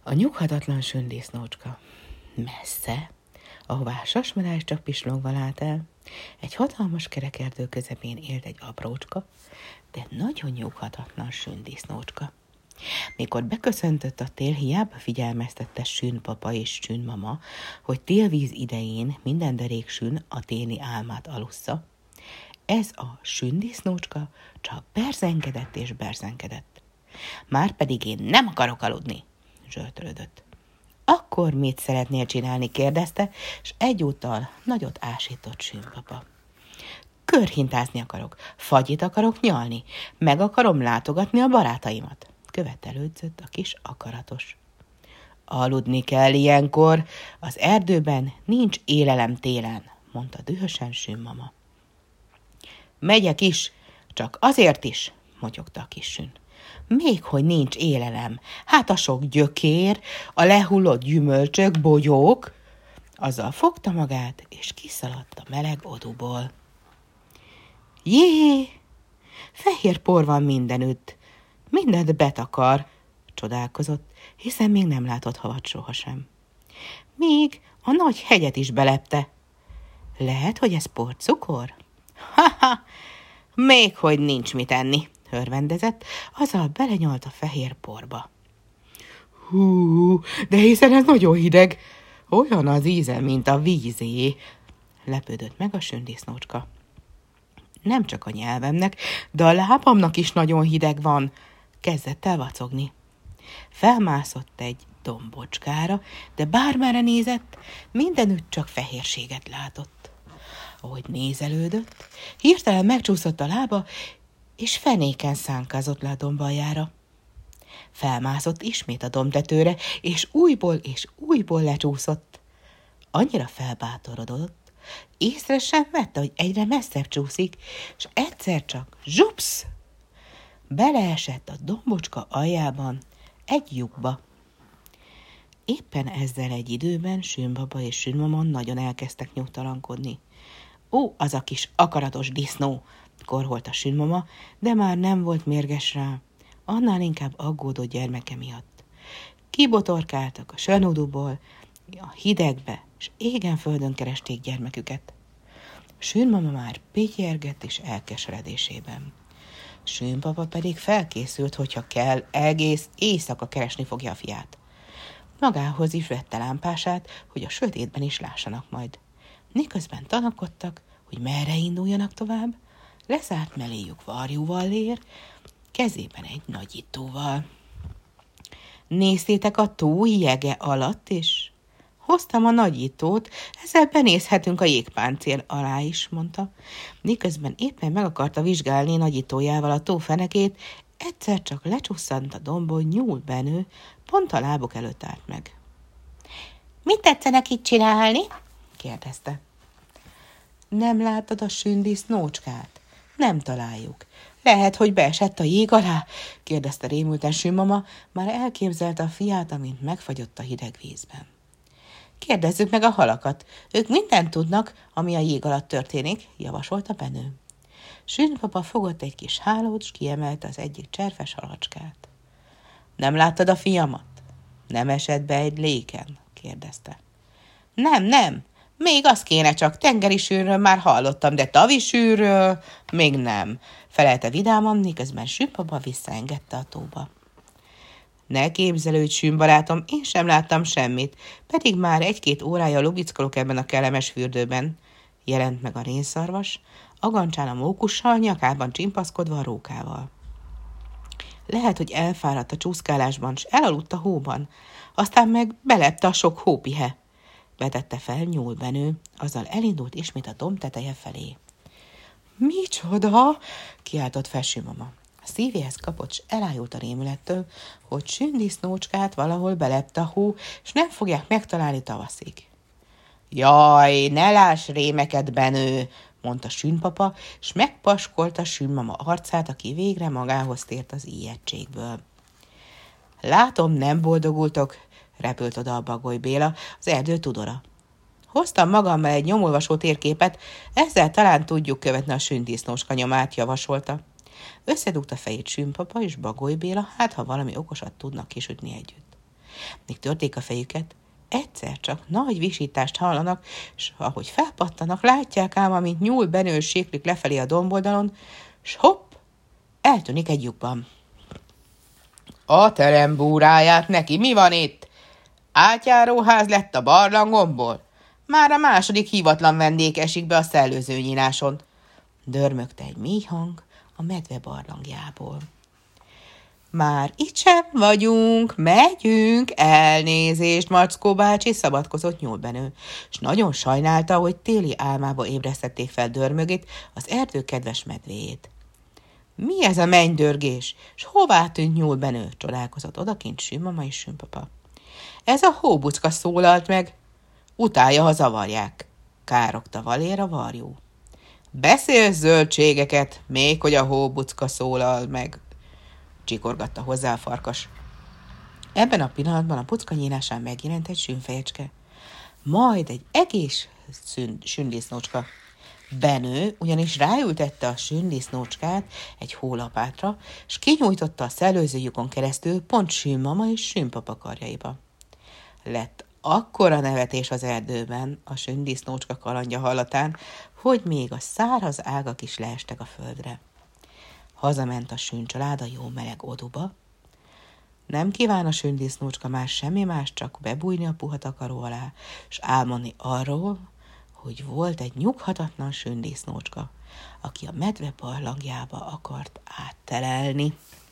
A nyughatatlan sündisznócska. Messze, ahová a sasmadás csak pislogva lát el, egy hatalmas kerekerdő közepén élt egy aprócska, de nagyon nyughatatlan sündisznócska. Mikor beköszöntött a tél, hiába figyelmeztette sünpapa és sünmama, hogy télvíz idején minden derék sün a téli álmát alussza. Ez a sündisznócska csak berzenkedett és berzenkedett. Márpedig én nem akarok aludni, zsörtölődött. Akkor mit szeretnél csinálni, kérdezte, és egyúttal nagyot ásított sünpapa. Körhintázni akarok, fagyit akarok nyalni, meg akarom látogatni a barátaimat, követelődzött a kis akaratos. Aludni kell ilyenkor, az erdőben nincs élelem télen, mondta dühösen sünmama. Megyek is, csak azért is, motyogta a kis sün. Még hogy nincs élelem, hát a sok gyökér, a lehullott gyümölcsök, bogyók. Azzal fogta magát, és kiszaladt a meleg oduból. Jé, fehér por van mindenütt, mindent betakar, csodálkozott, hiszen még nem látott havat sohasem. Még a nagy hegyet is belepte. Lehet, hogy ez porcukor? Ha-ha, még hogy nincs mit enni, örvendezett, azzal belenyalt a fehér porba. Hú, de hiszen ez nagyon hideg, olyan az íze, mint a vízé, lepődött meg a sündisznócska. Nem csak a nyelvemnek, de a lábamnak is nagyon hideg van, kezdett el vacogni. Felmászott egy dombocskára, de bármerre nézett, mindenütt csak fehérséget látott. Ahogy nézelődött, hirtelen megcsúszott a lába, és fenéken szánkázott le a dombaljára. Felmászott ismét a dombtetőre, és újból lecsúszott. Annyira felbátorodott, észre sem vette, hogy egyre messzebb csúszik, és egyszer csak zsupsz! Beleesett a dombocska aljában egy lyukba. Éppen ezzel egy időben sünbaba és sünmama nagyon elkezdtek nyugtalankodni. Ó, az a kis akaratos disznó, korholt a sünmama, de már nem volt mérges rá, annál inkább aggódott gyermeke miatt. Kibotorkáltak a sönóduból, a hidegbe, és égen földön keresték gyermeküket. Sünmama már pityergett és elkeseredésében. Sünpapa pedig felkészült, hogyha kell, egész éjszaka keresni fogja a fiát. Magához is vette lámpását, hogy a sötétben is lássanak majd. Miközben tanakodtak, hogy merre induljanak tovább, lezárt melléjük varjúval ér, kezében egy nagyítóval. Néztétek a tó jege alatt is? Hoztam a nagyítót, ezzel benézhetünk a jégpáncél alá is, mondta. Miközben éppen meg akarta vizsgálni nagyítójával a tó fenekét, egyszer csak lecsusszant a dombon nyúl Benő, pont a lábok előtt állt meg. Mit tetszenek itt csinálni? kérdezte. Nem láttad a sündisznócskát? Nem találjuk. Lehet, hogy beesett a jég alá? kérdezte rémülten sünmama, már elképzelte a fiát, amint megfagyott a hideg vízben. Kérdezzük meg a halakat, ők mindent tudnak, ami a jég alatt történik, javasolta Benő. Sünpapa fogott egy kis hálót, s kiemelte az egyik cserfes halacskát. Nem láttad a fiamat? Nem esett be egy léken? kérdezte. Nem, még az kéne csak, tengeri sűrről már hallottam, de tavi sűrről még nem, felelte vidáman, miközben Sünpapa visszaengedte a tóba. Ne képzelődj, sünbarátom, én sem láttam semmit, pedig már 1-2 órája lubickolok ebben a kellemes fürdőben, jelent meg a rénszarvas, agancsán a mókussal, nyakában csimpaszkodva a rókával. Lehet, hogy elfáradt a csúszkálásban, s elaludt a hóban, aztán meg belepte a sok hópihe, vetette fel nyúl Benő, azzal elindult ismét a domb teteje felé. Micsoda? Kiáltott fel sünmama. A szívéhez kapott, s elájult a rémülettől, hogy sündisznócskát valahol belepte a hó, és nem fogják megtalálni tavaszig. Jaj, ne láss rémeket, Benő, mondta sünpapa, és megpaskolta sünmama arcát, aki végre magához tért az ijegységből. Látom, nem boldogultok, repült oda a Bagoly Béla, az erdő tudora. Hoztam magammal egy nyomolvasó térképet, ezzel talán tudjuk követni a sündisznócska nyomát, javasolta. Összedugta fejét sünpapa és Bagoly Béla, hát ha valami okosat tudnak kisütni együtt. Míg törték a fejüket, egyszer csak nagy visítást hallanak, s ahogy felpattanak, látják ám, amint nyúl Benő séklik lefelé a domboldalon, s hopp, eltűnik egy lyukban. A terem búráját neki, mi van itt? Átjáróház lett a barlangomból? Már a második hívatlan vendég esik be a szellőzőnyíláson. Dörmögte egy mély hang a medve barlangjából. Már itt sem vagyunk, megyünk, elnézést, Mackó bácsi, szabadkozott Nyúlbenő, s nagyon sajnálta, hogy téli álmába ébresztették fel Dörmögét, az erdő kedves medvéjét. Mi ez a mennydörgés, s hová tűnt Nyúlbenő? Csodálkozott odakint Sűmama és Sűmpapa. Ez a hóbucka szólalt meg, utálja, ha zavarják, károgta Valér a varjú. Beszélsz zöldségeket, még hogy a hóbucka szólal meg, csikorgatta hozzá a farkas. Ebben a pillanatban a pucka nyílásán megjelent egy sűnfejecske, majd egy egész sündisznócska. Benő ugyanis ráültette a sündisznócskát egy hólapátra, s kinyújtotta a szellőzőjükon keresztül pont Sűmama és Sűmpapa karjaiba. Lett akkora nevetés az erdőben a sündisznócska kalandja hallatán, hogy még a száraz ágak is leestek a földre. Hazament a sűncsalád a jó meleg oduba. Nem kíván a sündisznócska már semmi más, csak bebújni a puha takaró alá, s álmodni arról, hogy volt egy nyughatatlan sündisznócska, aki a medve barlangjába akart áttelelni.